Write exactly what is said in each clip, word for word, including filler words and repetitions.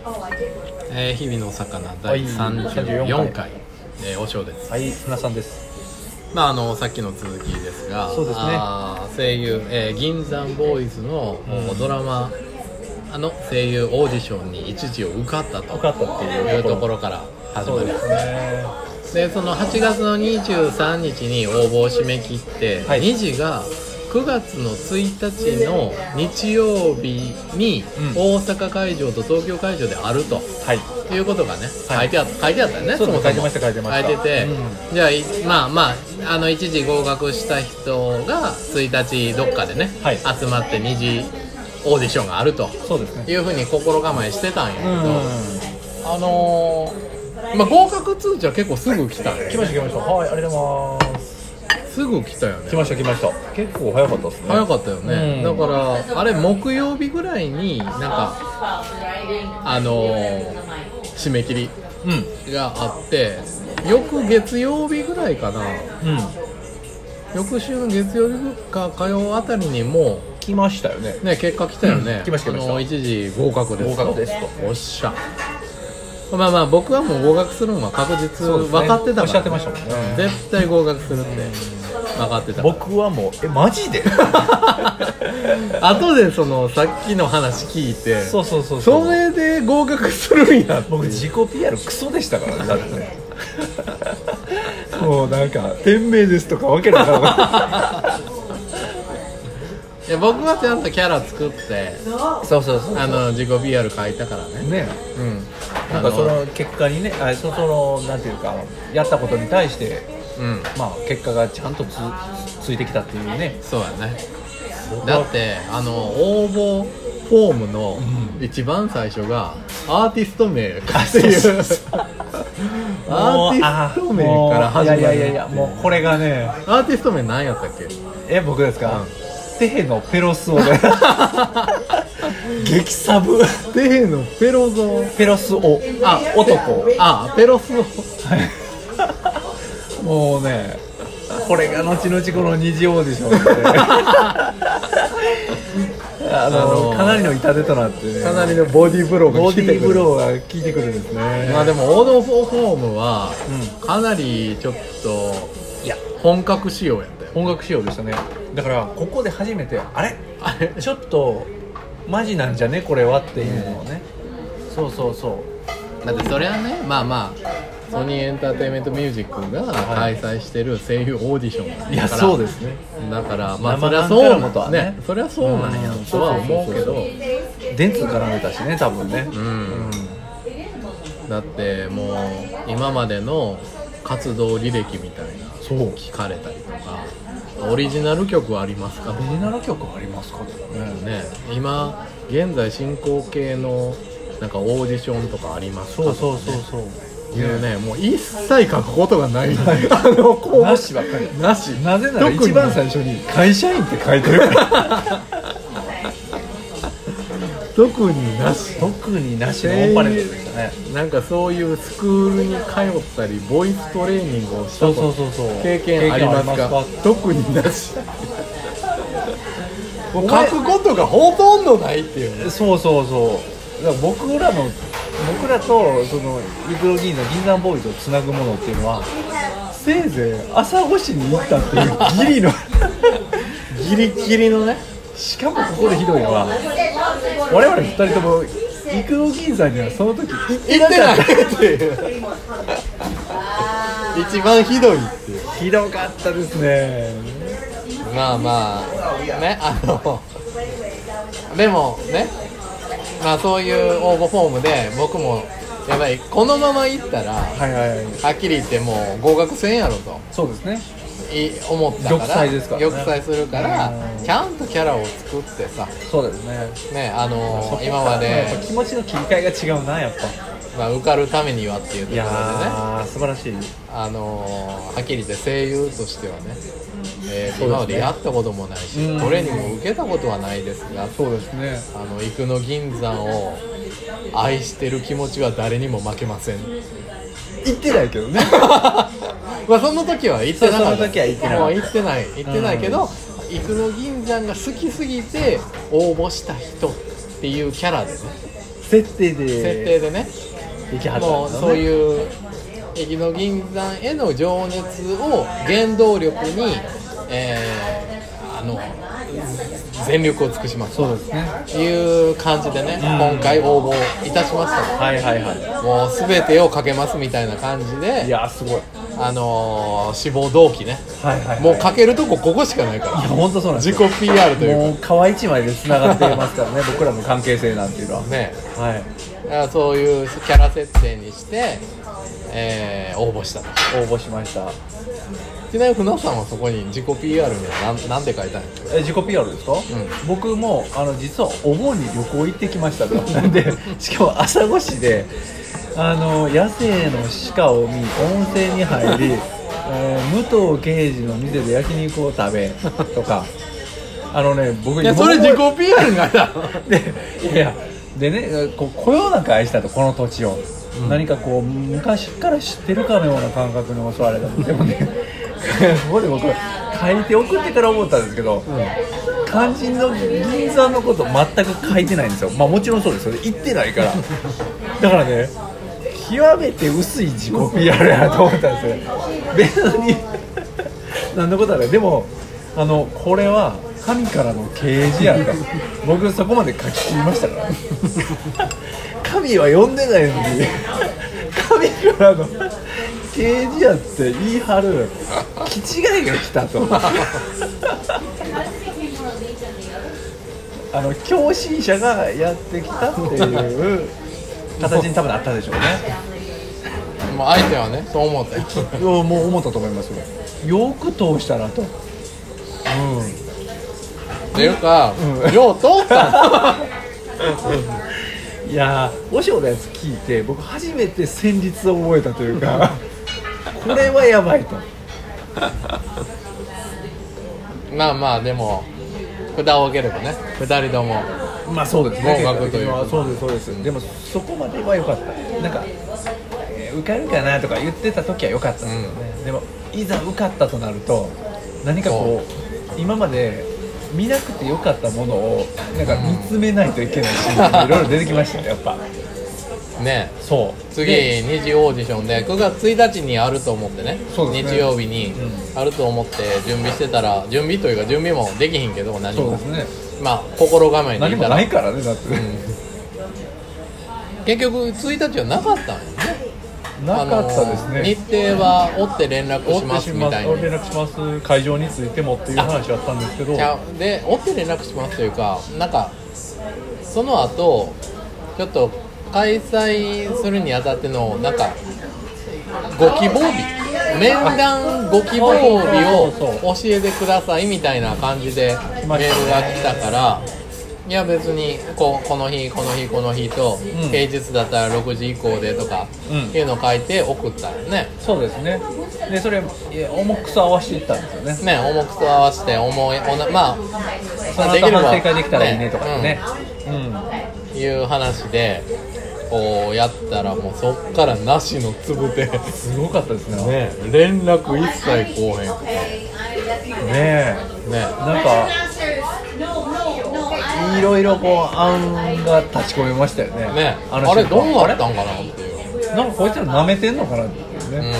えー、日々の魚だいさんじゅうよんかい、えー、お嬢です。 はい、船さんです。 まああのさっきの続きですが、 そうですね。 あ声優、えー、銀山ボーイズの、うん、ドラマあの声優オーディションに一時を受かったと受かったっていうところから始まりますね。 でそのはちがつのにじゅうさんにちに応募を締め切って、はい、にじがくがつのついたちの日曜日に大阪会場と東京会場であると、はい、いうことがね、はい、書いてあった、書いてあったよね。 そうそう、書いてました書いてました。 書いてて、うん、じゃあまあまああの一時合格した人がついたちどっかでね、はい、集まって二次オーディションがあると、そうですね、いうふうに心構えしてたんやけど、うん、あのー、まあ合格通知は結構すぐ来たんや、ね、 来ました来ました。はい、ありがとうございます。 すぐ来たよね。 来ました来ました。結構早かったですね。 早かったよね、うん、だからあれ木曜日ぐらいになんかあのー、締め切りがあって、うん、翌月曜日ぐらいかな、うん、翌週の月曜日か火曜あたりにもう来ましたよ ね, ね結果来たよね、うん、 来ました来ました。あの一時合格です合格ですと。 おっしゃ。まあまあ僕はもう合格するのは確実分かってたから、ね、 おっしゃってましたもんね、 うん、絶対合格するって分かってたから。 僕はもうえマジで後でそのさっきの話聞いて、 そうそうそうそう、 それで合格するんやって。 僕自己 ピーアール クソでしたからね。だってねもうなんか店名ですとかわけなかいや僕はちゃんとキャラ作ってそうそうそうそう、 あの自己 ピーアール 書いたからね。ね、 うん、なんかその結果にね、あそのなんていうかやったことに対して、うん、まあ結果がちゃんと つ, ついてきたっていうね。 そうやね。だってあの応募フォームの一番最初がアーティスト名っていうアーティスト名から始まる。 いやいやいやいや、もうこれがね。 アーティスト名何やったっけ。 え僕ですか、うん、テヘのペロスオで激サブ。 テヘのペロゾペロスオ、あ男、 あペロスオもうねこれが後々この二次オーディションであの、あのー、かなりの痛手となってね、 かなりのボディーブローが効いてくる。 ボディーブローが効いてくるんですね。 まあでもオードフォームはかなりちょっといや本格仕様やったよ。 本格仕様でしたね。だからここで初めてあれあれちょっとマジなんじゃねこれはっていうのをね、うん、そうそうそう。 だってそれはね、まあまあソニーエンターテインメントミュージックが開催してる声優オーディションだから、 いやそうですね。 だからまあそれはそうなんだね。それはそうなんやとは思うけど、 電通絡めたしね多分ね、うんうん、 だってもう今までの活動履歴みたいなそう聞かれたりとか、オリジナル曲はありますか。 オリジナル曲ありますかね。 ね、今現在進行形のなんかオーディションとかありますか、 ね、そうそうそうそう。 いうね、もう一切書くことがない。あのこうなしばっかり。なし。なぜなら一番最初に会社員って書いてるから。 特になし。 特になしのオンパレードでしたね。 なんかそういうスクールに通ったりボイストレーニングをしたことそうそうそうそう経験ありますか。特になし。もう書くことがほとんどないっていう、ね、 そうそうそう。だから僕らの僕らとその陸路議員の銀山ボーイズをつなぐものっていうのはせいぜい朝来しに行ったっていうギリのギリギリのね。 しかもここでひどいのは我々ふたりとも陸路銀山にはその時行ってないっていう一番ひどいっていう。 ひどかったですね。 まあまあね、あのでもね、まあそういう応募フォームで僕もやばいこのままいったら、はいはいはい、はっきり言ってもう合格せんやろと。 そうですね。 思ったから玉砕ですからね。 玉砕するからちゃんとキャラを作ってさ。 そうですね。 ね、あのー、今まで気持ちの切り替えが違うなやっぱ。 まあ、受かるためにはっていうところでね。いや素晴らしい。 あのー、はっきり言って声優としてはね、えー、今までやったこともないし、トレーニングも受けたことはないですが、 そうですね。 あの生野銀山を愛してる気持ちは誰にも負けません。 言ってないけどね。 まあその時は言ってなかった。 その時は言ってない。 もう言ってない言ってないけど、生野銀山が好きすぎて応募した人っていうキャラでね。 設定で設定でね行きはったもうんですよね。 そういう駅の銀山への情熱を原動力に、えー、あの全力を尽くしますそうですね。 という感じでね、 うん今回応募いたしましたと、 はいはいはもう全てをかけますみたいな感じい。いで、 やすごい。 あのー、志望動機ね、 はいはい、はい。 もうかけるとこここしかないからいや本当そうなんです自よ。 己 ピーアール というもう皮一枚で繋がってますからね僕らの関係性なんていうのは。 かね、 はい。 だからそういうキャラ設定にして、えー、応募したと。 応募しました。 ちなみに船さんはそこに自己 ピーアール には何なんて書いたんですか？ え自己 ピーアール ですか、 ん僕もあの実はお盆に旅行行ってきましたとなんでしかも朝来しであの野生の鹿を見温泉に入り、えー、武藤刑事の店で焼肉を食べとかあのね僕いやそれ自己 ピーアール に書いたのでいやでねこうこよなく愛したとこの土地を、うん、何かこう昔から知ってるかのような感覚に襲われたでもねここで僕書いて送ってから思ったんですけど、うん、肝心の銀座のこと全く書いてないんですよ。まあもちろんそうですよ、言ってないからだからね極めて薄い自己 ピーアール やなと思ったんですよ。別に何のことはない。でもあのこれは神からの啓示やと僕そこまで書き切りましたから神は呼んでないのに神からの刑事やって言い張る気違いが来たとあの共振者がやってきたっていう形に多分なったでしょうね。 もう相手はねそう思ったよもう思ったと思いますよ。よく通したなと。うんっていうか、うん、よう通ったいやー、和尚のやつ聞いて僕初めて戦慄を覚えたというかこれはやばいとまあまあでも札を上げればねふたりともまあそうですね合格というかそうですそうです、うん、でもそこまでは良かった。なんか、えー、受かるかなとか言ってた時は良かったんですよね、うん、でもいざ受かったとなると何かこう今まで見なくてよかったものをなんか見つめないといけないし、いろいろ出てきましたねやっぱね。 そう次二次オーディションでくがつついたちにあると思ってね、ね日曜日にあると思って準備してたら、準備というか準備もできひんけど何も、そうですね、まあ心構えにいたら何もないからねだって、うん、 結局ついたちはなかったのよね。 なかったですね。 日程は追って連絡しますみたいな。 連絡します会場についてもっていう話だったんですけど。 で追って連絡しますというかなんかその後ちょっと開催するにあたってのなんかご希望日面談ご希望日を教えてくださいみたいな感じでメールが来たから。いや別にこうこの日この日この日と、うん、平日だったらろくじ以降でとか、うん、いうのを書いて送ったよね。 そうですね。でそれ重くそ合わせていったんですよね。 ね重くそ合わせて重いおなまあそのできれば正解できたらいいねとかね、 うんうん、いう話でこうやったらもうそっからなしのつぶてすごかったですね。 ね連絡一切こうへんくてねえねなんかいろいろこう案が立ち込めましたよね。 ねあのあれどうなったんかなっていうなんかこいつら舐めてんのかなっていうね、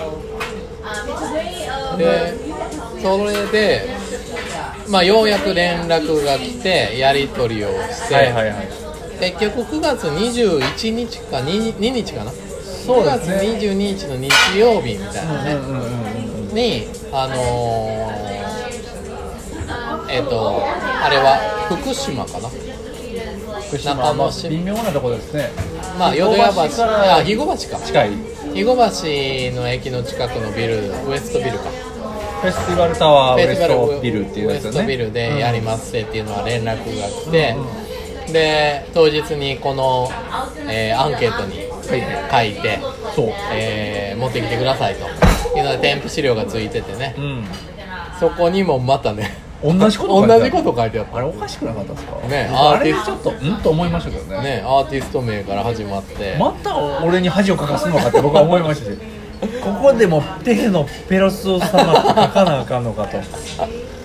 うん、でそれでまあようやく連絡が来てやり取りをして、はいはいはい、結局くがつにじゅういちにちかににちかな、そうですね、くがつにじゅうににちの日曜日みたいなね、うんうんうんうん、にあのーえっ、ー、とあれは福島かな、 福島中野市、まあ、微妙なところですね。 まあ淀屋橋、あ肥後橋か、 近い肥後橋の駅の近くのビル、ウエストビルか、 フェスティバルタワーウエストビルっていうやつね、 ウエストビルでやりますっていうのは連絡が来て、うん、で当日にこの、えー、アンケートに書いて、そう、えー、持ってきてくださいというので添付資料がついててね、うん、そこにもまたね同じこと同じこと書いてあった。 あれおかしくなかったですかね。 アーティストちょっとうんと思いましたけどね。 ねアーティスト名から始まってまた俺に恥をかかすのかって僕は思いましたしここでも手のペロス様って書かなあかんのかと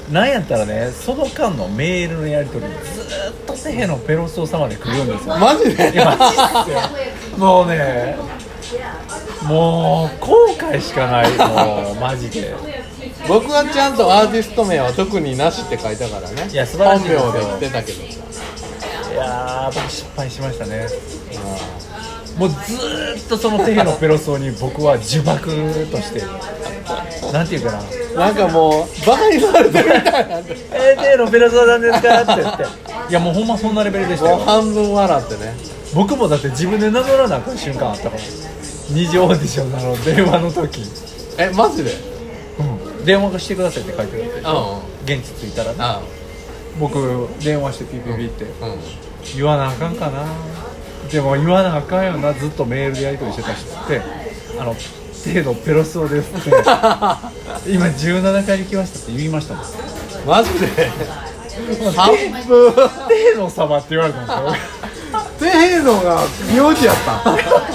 なんやったらね、その間のメールのやり取りずーっとテヘのペロスオ様で来るんですよ。 マジで？ いやマジっすよ。もうね、もう後悔しかない。もうマジで。 僕はちゃんとアーティスト名は特になしって書いたからね。 いや素晴らしいですよ。 本名で言ってたけどさ。 いやー僕失敗しましたね。もうずーっとそのテヘのペロスオに僕は呪縛としてなんていうかな、 なんかもうバカにされてるみたいな。 えー、テヘのペロスオなんですかって言って、いやもうほんまそんなレベルでしたよ。 もう半分笑ってね。 僕もだって自分で名乗らなあかん瞬間あったから、二次オーディションなの電話の時、 えマジで？ うん、電話してくださいって書いてあって、 うん現地着いたらね、 あ僕電話してピピピって、 うん、 言わなあかんかな、でも言わなあかんよな、ずっとメールでやり取りしてたしって、あのテヘのペロスオですって今じゅうななかい行きましたって言いましたもん。 マジで？半分テヘの様って言われたんですよテヘのが名字やった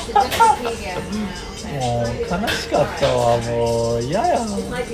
もう悲しかったわ、もう嫌や。 いや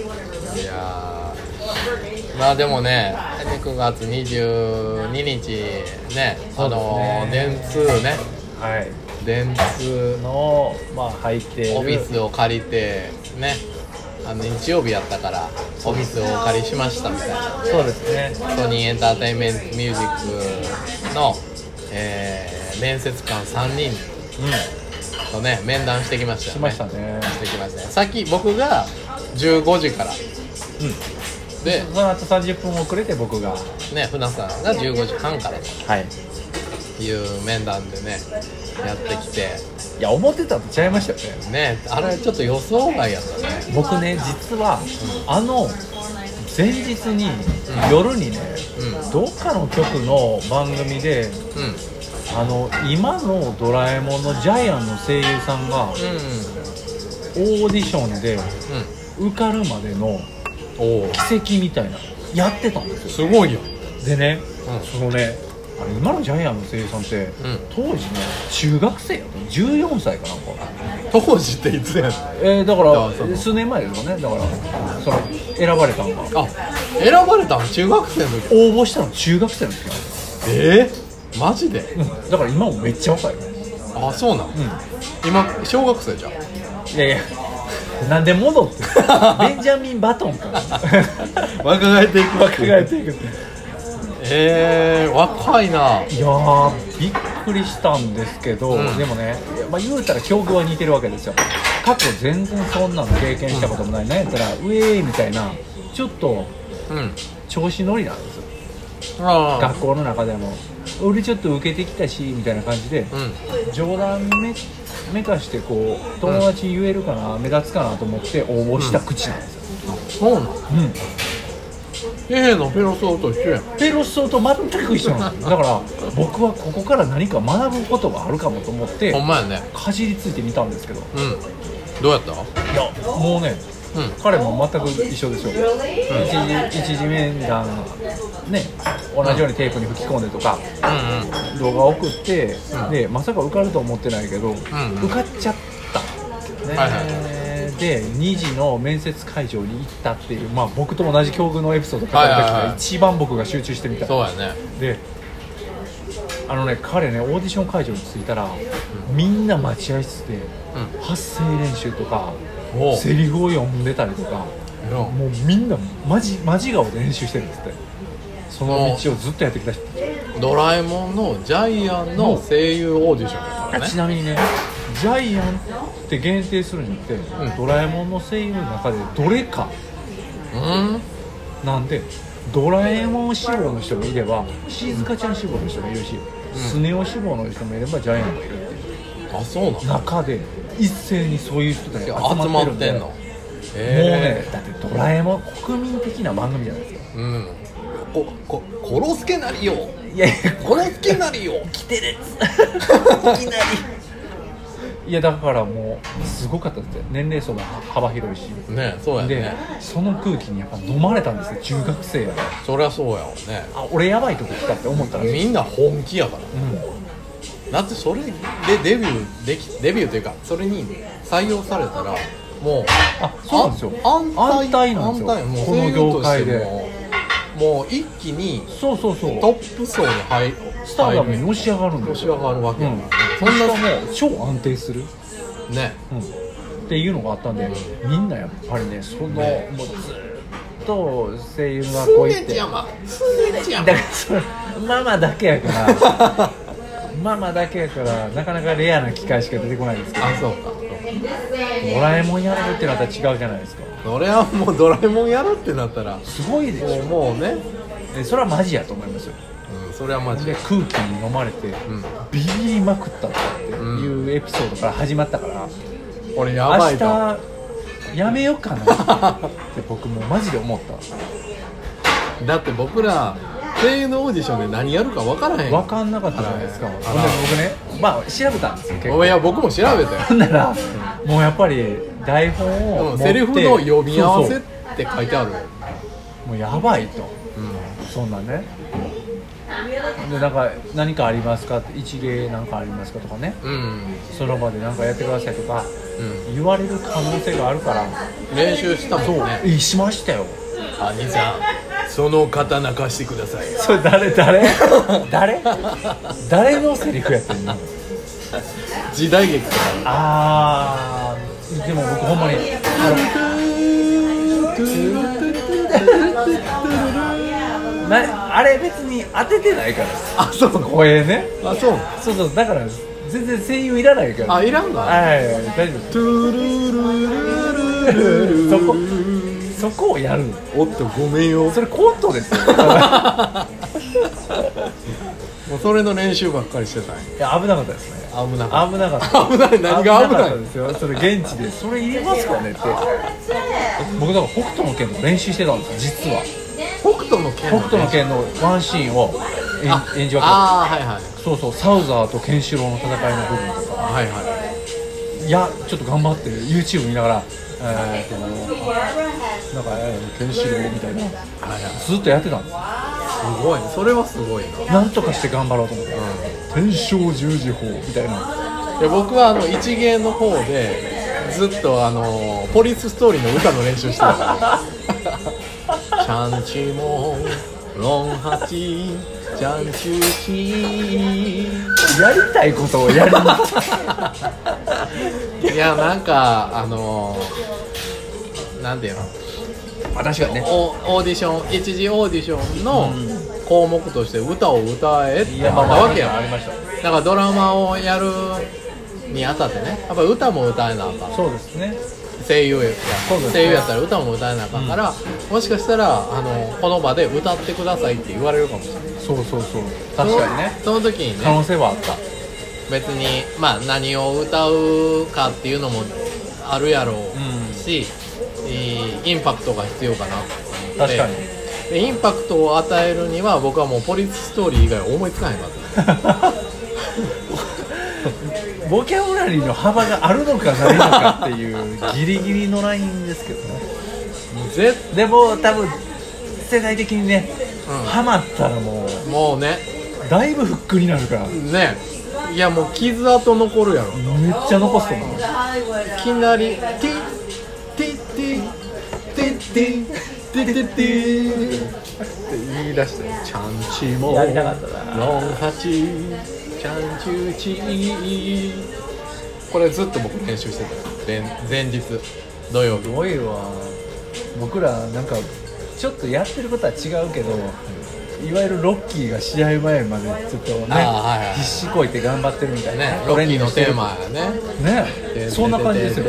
ーまあでもねくがつにじゅうににちね、あの電通ね、 はい、 電通のまあ入っているオフィスを借りてね、あの日曜日やったからオフィスをお借りしましたみたいな。 そうですね、 ソニーエンターテインメントミュージックの、えー、面接官さんにんとね面談してきましたよね。 しましたね。 してきましたね。さっき僕がじゅうごじから、うん、でその後さんじゅっぷん遅れて僕がね、船さんがじゅうごじはんからはいという面談でねやってきて、 いや思ってたとちゃいましたよね。 ね、あれちょっと予想外やったね。 僕ね実は、うん、あの前日に、うん、夜にね、うん、どっかの局の番組で、うん、あの今のドラえもんのジャイアンの声優さんが、うん、オーディションで、うん、受かるまでの奇跡みたいなやってたんですよ。 すごいよ。 でね、 うん、 そのねあれ今のジャイアンの声優さんって、うん、当時ね中学生やったじゅうよんさいかなんか。 当時っていつやんの？ えー、だから数年前ですよね。だからその選ばれたのが、 あ、選ばれたの中学生の時。 応募したの中学生の時なんですよ。 えー、マジで？ うん、だから今もめっちゃ若いよ。 あ、そうなの、うん、今小学生じゃん。いやいやなんで戻ってベンジャミン・バトンか若返っていく若返っていく。 えー、若いな。 いやーびっくりしたんですけど、うん、でもね、まあ、言うたら境遇は似てるわけですよ。過去全然そんなの経験したこともない、うん、なんやったらウェーイみたいなちょっと調子乗りなんですよ、うん、学校の中でも俺ちょっと受けてきたしみたいな感じで、うん、冗談めめかしてこう友達に言えるかな、うん、目立つかなと思って応募した口なんですよ、 うん、そうなの、うんテヘのペロスオと一緒やん。 ペロスオと全く一緒なんですよ。だから僕はここから何か学ぶことがあるかもと思ってほんまやねかじりついてみたんですけど、 うん、どうやった？いやもうね、うん、彼も全く一緒ですよ、うん、一, 一次面談ね同じようにテープに吹き込んでとか、うんうん、動画を送って、うん、でまさか受かると思ってないけど、うんうん、受かっちゃったね、はいはいでにじの面接会場に行ったっていう、まあ、僕と同じ境遇のエピソードを語るときが一番僕が集中してみた。 そうやね。 であのね彼ねオーディション会場に着いたら、うん、みんな待合室で、うん、発声練習とかセリフを読んでたりとかもうみんなマジマジ顔で練習してるんですって。その道をずっとやってきた人。 ドラえもんのジャイアンの声優オーディションだからね。 ちなみにねジャイアンって限定するんじゃなくて、うん、ドラえもんの声優の中でどれか、うん、なんでドラえもん志望の人もいればしずかちゃん志望の人もいるし、うん、スネ夫志望の人もいればジャイアンがいるっていう、 あ、そうなの中で一斉にそういう人たちが集まってるんで、 集まってんの、 えー、もうねだってドラえもん国民的な番組じゃないですか、 うん、ここ殺すけなりよ、 いやいや殺すけなりよキテレツいきなりいやだからもうすごかったですよ。年齢層が幅広いしね。そうやね。 でその空気にやっぱ飲まれたんですよ中学生やから。 そりゃそうやわね。 あ俺やばいとこ来たって思ったらみんな本気やから、うん、だってそれでデビューできデビューというかそれに採用されたらもうあそうなんですよ安泰安泰なんですよもうこの業界でもう一気にそうそうそうトップ層に入るスターダムにのし上がるんのしですよ。 上がるわけ、 うん、そんなもう超安定する、 ね、 うん、っていうのがあったんで、みんなやっぱりねその、 ね、 もうずっと声優学校行って、 スーネチ山スーネチ山だからそれママだけやからママだけやからなかなかレアな機会しか出てこないですけど、 あ、そうか、 ドラえもんやれるってなったら違うじゃないですか。 それはもうドラえもんやるってなったらすごいでしょ。 もうもうね、 えそれはマジやと思いますよ。 うん、それはマジでで空気に飲まれて、 んビビりまくったっていうエピソードから始まったから、 俺やばいと明日やめようかなって僕もマジで思った。 だって僕ら声優のオーディションで何やるか分からへん。 分かんなかったじゃないですか。 あらほんで僕ね、まあ調べたんですよ結構。 いや僕も調べたよ。 ほんならもうやっぱり台本を持ってセリフの読み合わせっそうて書いてある。 そうもうやばいと、 うん、 そんなんね。でなんか何かありますかって一芸なんかありますかとかね、 うん、 その場で何かやってくださいとかうん、 言われる可能性があるから練習したもんね。 えしましたよ。 兄さんその刀貸してください。 それ誰誰誰誰のセリフやってんの。 時代劇とかあーでも僕ほんまになあれ別に当ててないから。 あ、そう声ね。 あ、そうそうそうだから全然声優いらないからあ、いらんの。 はい大丈夫。 トゥルルルルルルそこそこをやる。 おっとごめんよ。 それコントですよ。 もうそれの練習ばっかりしてたんや。 いや危なかったですね。 危なかっ危なかったた。危ない。何が危ないかったですよ。それ現地でそれいりますかねって。僕だから北斗の拳とか練習してたんですよ実は。 北斗の拳。 北斗の拳のワンシーンを演演じ分けて。 ああ、はいはいそうそうサウザーとケンシロウの戦いの部分とか。 はいはいやちょっと頑張って YouTube 見ながらえー、となんかケンシロウみたいなはいはい。 ずっとやってたんですよ。 すごいね。それはすごいな。 なんとかして頑張ろうと思って、天正十字砲みたいな。 いや僕はあの一芸の方でずっとあのポリスストーリーの歌の練習してたからチャンチモンロンハチチャンチューチやりたいことをやりにいやなんかあのなんていうの確かにねオーディション一次オーディションの項目として歌を歌えってあったわけやん。 ありました。 だからドラマをやるにあたってねやっぱ歌も歌えなあかん。 そうですね。 声優やそうですね声優やったら歌も歌えなあかんから、うん、もしかしたらあのこの場で歌ってくださいって言われるかもしれない。 そうそうそう確かにねその時に可能ね性はあった。 別にまあ何を歌うかっていうのもあるやろうし、うん、インパクトが必要かなと思って。 確かにでインパクトを与えるには僕はもうポリスストーリー以外思いつかへんかったボキャブラリーの幅があるのかないのかっていうギリギリのラインですけどね。 ぜでも多分世代的にね、 うん、 ハマったらもうもうねだいぶフックになるからねいやもう傷跡残るやろ。 めっちゃ残すと思う。 いきなりティッティッティッティッティッティッティッティッって言い出してチャンチモやりたかったな。 ロンハチチャンチューチこれずっと僕練習してたよ。前日土曜日。 すごいわ。僕らなんかちょっとやってることは違うけど、いわゆるロッキーが試合前までちょっとね、 はいはい、 必死こいて頑張ってるみたいな、 ね、ロッキーのテーマやね。 ね、そんな感じですよ。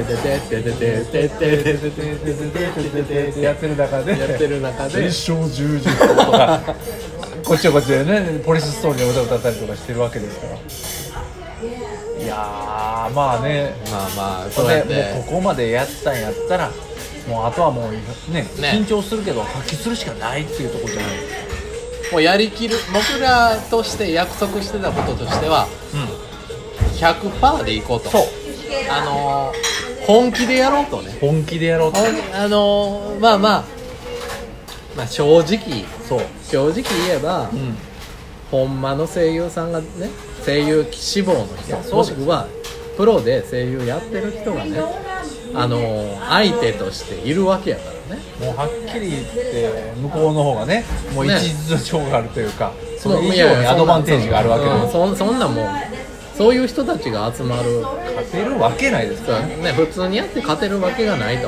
やってる中で、 やってる中で、 天正十字砲とか、こっちはこっちでね、ポリスストーリーの歌を歌ったりとかしてるわけですから。いやー、まあね、 まあまあ、そうやって、 もうここまでやったんやったら、もうあとはもうね、ね緊張するけど発揮するしかないっていうところじゃない。 もうやりきる。僕らとして約束してたこととしては、うん、ひゃくパーセント でいこうと。 そうあのー、本気でやろうとね。 本気でやろうと。 あのー、まあまあまあ正直そう正直言えば、うん、ほんまの声優さんがね、声優志望の人もしくはプロで声優やってる人がね、あのー、相手としているわけやから。 ね。 もうはっきり言って向こうの方がねもう一日上があるというか、ね、その以上にアドバンテージがあるわけで、 うん、そ, そんなもうそういう人たちが集まる勝てるわけないですからね。 ね、普通にやって勝てるわけがないと、 うん、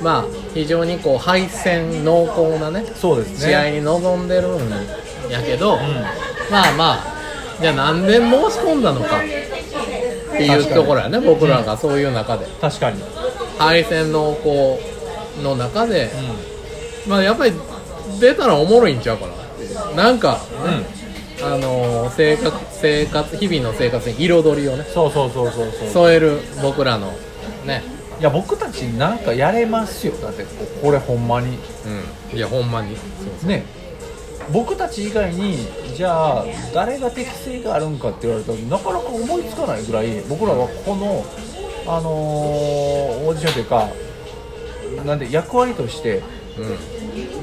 まあ非常にこう敗戦濃厚なね、 そうですね、 試合に臨んでるんやけど、うん、まあまあじゃあなんで申し込んだのかっていうところやね、僕らがそういう中で、うん、 確かに敗戦濃厚の中で、うん、まあやっぱり出たらおもろいんちゃうかなっていう、なんか、うんあのー、生活生活日々の生活に彩りをね、 そうそうそうそうそう添える僕らのね、 いや僕たちなんかやれますよ。だってこれほんまに、 うん、いやほんまにそうそうね、僕たち以外にじゃあ誰が適性があるんかって言われたらなかなか思いつかないぐらい、僕らはこのあのー、オーディションというかなんで役割として、うん、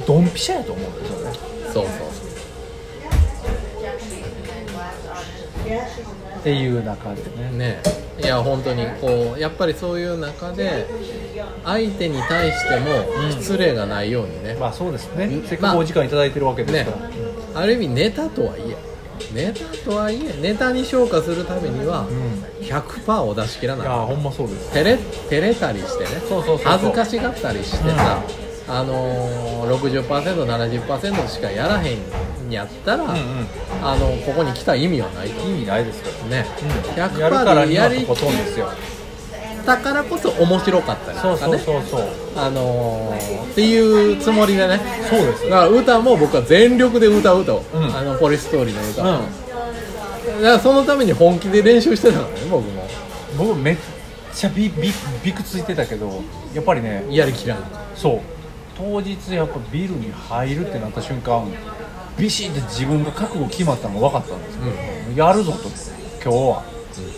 ドンピシャやと思うんですよね。 そうそうっていう中でね。 ね、いや本当にこうやっぱりそういう中で相手に対しても失礼がないようにね、 うん、まあそうですね、せっかくお時間いただいてるわけですから、 まあね、ある意味ネタとはいえネタとはいえネタに昇華するためには ひゃくパーセント を出し切らない、 いやほんまそうです。 照れ、照れたりしてね、 そうそうそうそう、 恥ずかしがったりしてさ、うん、あのー、ろくじゅっパーセント、ななじゅっパーセント しかやらへんやったら、うんうん、あのここに来た意味はないと。 意味ないですからね、うん、ひゃくパーセントやるからにはとことんですよ。 だからこそ面白かったりとかね、 そうそうそうそう、 あのー、っていうつもりでね。 そうです。 だから歌も僕は全力で歌うと、 うん、 あのポリストーリーの歌、うん、 だからそのために本気で練習してたからね、僕も。 僕めっちゃビビビクついてたけど、やっぱりねやりきらない。そう当日やっぱビルに入るってなった瞬間ビシッて自分が覚悟決まったのが分かったんですよ、うん、やるぞと今日は、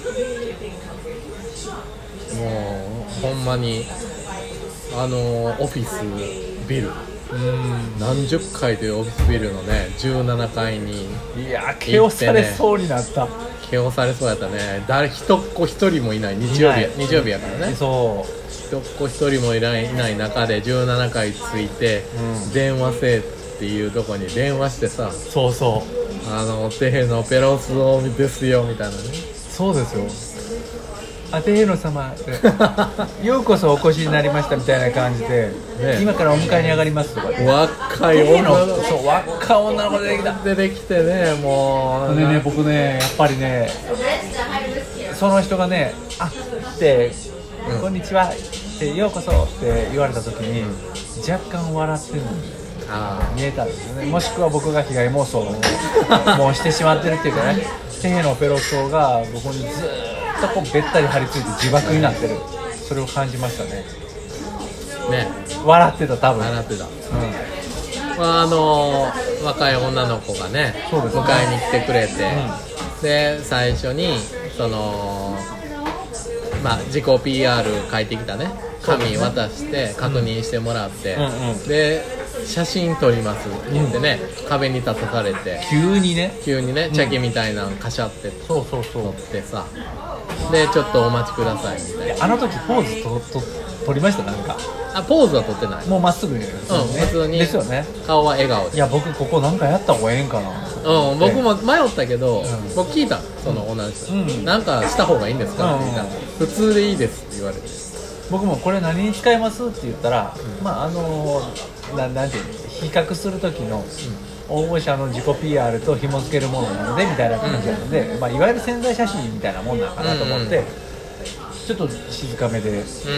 うん、もうほんまにあのオフィスビル、うん何十階というオフィスビルのねじゅうななかいに、 いやケオされそうになった。 ケオされそうやったね。誰一っ子一人もいない日曜日や日曜日やからね。 そう一っ子一人もいない、いない中でじゅうななかいついて、うん、電話せえっていうとこに電話してさ、 そうそうあのテヘのペロスオですよみたいなね。 そうですよ。あテヘノ様ようこそお越しになりましたみたいな感じで、ね、今からお迎えに上がりますとか、 若い女の子、 そう若い女の子出てきた出てきてね、もうでね僕ねやっぱりねその人がねあって、うん、こんにちはってようこそって言われた時に、うん、若干笑ってるのに見えたんですよね。もしくは僕が被害妄想をもうしてしまってるっていうかね、テヘのペロソが僕にずーっとこうべったり張り付いて自爆になってる、それを感じましたね。ね、笑ってた、多分笑ってた、うんまあ、あのー、若い女の子がね、そうですね、迎えに来てくれて、うん、で最初にその、まあ、自己 ピーアール 書いてきたね紙渡して確認してもらって、うんうんうん、で写真撮りますって言ってね、うん、壁に立たされて急にね急にねチャキみたいなのカシャってそうそうそう撮ってさ、でちょっとお待ちくださいみたいな。 あの時ポーズとと撮りました？なんかあポーズは撮ってない、 もうまっすぐに、 うん、普通にですよね。 顔は笑顔で。 いや僕ここなんかやった方がええんかな、 うん、僕も迷ったけど、うん、僕聞いたその同じ人、うん、なんかした方がいいんですかって言ったら、うん、普通でいいですって言われて、 僕もこれ何に使いますって言ったら、うん、まああのななんていう比較する時の、うん、応募者の自己 ピーアール と紐付けるものなのでみたいな感じなので、うんまあ、いわゆる宣材写真みたいなもんなのかなと思って、うん、ちょっと静かめで、うん、そう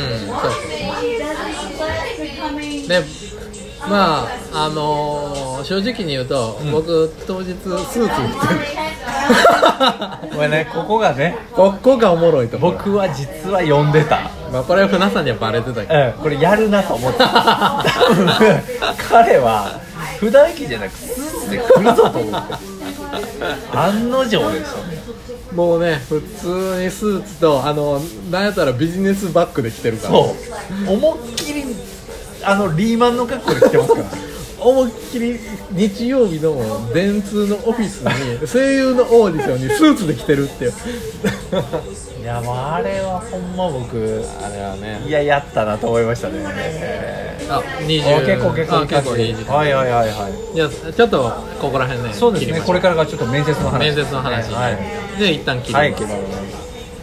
でまああのー、正直に言うと、うん、僕当日スーツ着てるこれねここがねここがおもろいところ。 僕は実は読んでた、 まあ、これは船さんにはバレてたけど、 うん、これやるなと思ってた彼は普段着じゃなくスーツで来るぞと思って案の定でしたね。 もうね普通にスーツとあのなんやったらビジネスバッグで着てるから、 そう思いっきりあのリーマンの格好で来てますから思いっきり日曜日の電通のオフィスに声優のオーディションにスーツで来てるっていういやもうあれはほんま僕あれはねいややったなと思いましたね。 あにじゅう結構結構あ結構いい時間、 はいはいはいはいじゃあちょっとここら辺ねそうです切りましょうねこれからがちょっと面接の話面接の話、 はい、 で一旦切ります、 はい、切ります。